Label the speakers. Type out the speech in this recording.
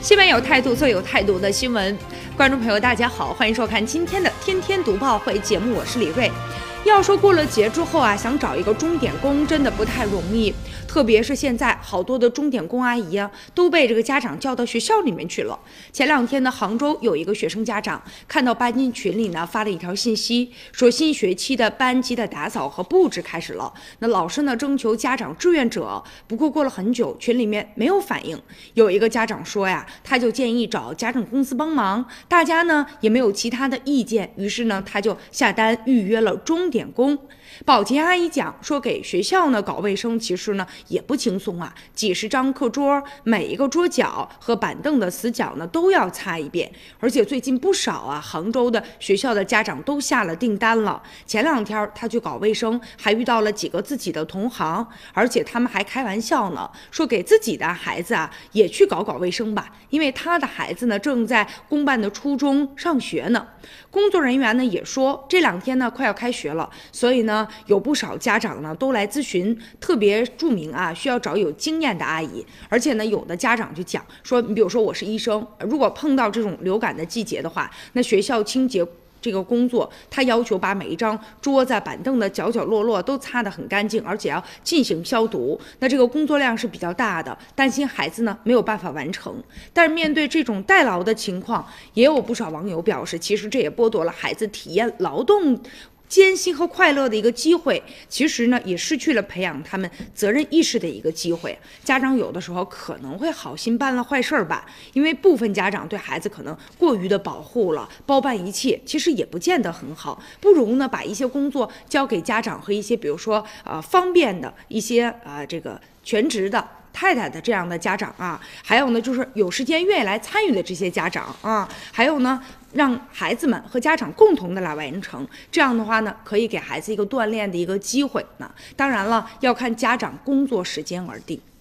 Speaker 1: 新闻有态度，做有态度的新闻。观众朋友，大家好，欢迎收看今天的《天天读报会》节目，我是李瑞。要说过了节之后啊，想找一个钟点工真的不太容易，特别是现在好多的钟点工阿姨啊，都被这个家长叫到学校里面去了。前两天呢，杭州有一个学生家长看到班级群里呢发了一条信息，说新学期的班级的打扫和布置开始了，那老师呢征求家长志愿者，不过过了很久，群里面没有反应。有一个家长说呀，他就建议找家政公司帮忙，大家呢也没有其他的意见，于是呢他就下单预约了钟点工。保洁阿姨讲说，给学校呢搞卫生其实呢也不轻松啊，几十张课桌，每一个桌角和板凳的死角呢都要擦一遍，而且最近不少啊杭州的学校的家长都下了订单了。前两天他去搞卫生，还遇到了几个自己的同行，而且他们还开玩笑呢，说给自己的孩子啊也去搞卫生吧，因为他的孩子呢正在公办的初中上学呢。工作人员呢也说，这两天呢快要开学了，所以呢有不少家长呢都来咨询，特别注明啊需要找有经验的阿姨。而且呢有的家长就讲说，你比如说我是医生，如果碰到这种流感的季节的话，那学校清洁这个工作，他要求把每一张桌子板凳的角角落落都擦得很干净，而且要进行消毒。那这个工作量是比较大的，担心孩子呢没有办法完成。但是面对这种代劳的情况，也有不少网友表示，其实这也剥夺了孩子体验劳动艰辛和快乐的一个机会，其实呢也失去了培养他们责任意识的一个机会。家长有的时候可能会好心办了坏事吧，因为部分家长对孩子可能过于的保护了，包办一切，其实也不见得很好。不如呢把一些工作交给家长和一些比如说方便的一些这个全职的太太的这样的家长啊，还有呢就是有时间愿意来参与的这些家长啊，还有呢让孩子们和家长共同的来完成，这样的话呢可以给孩子一个锻炼的一个机会呢。当然了，要看家长工作时间而定。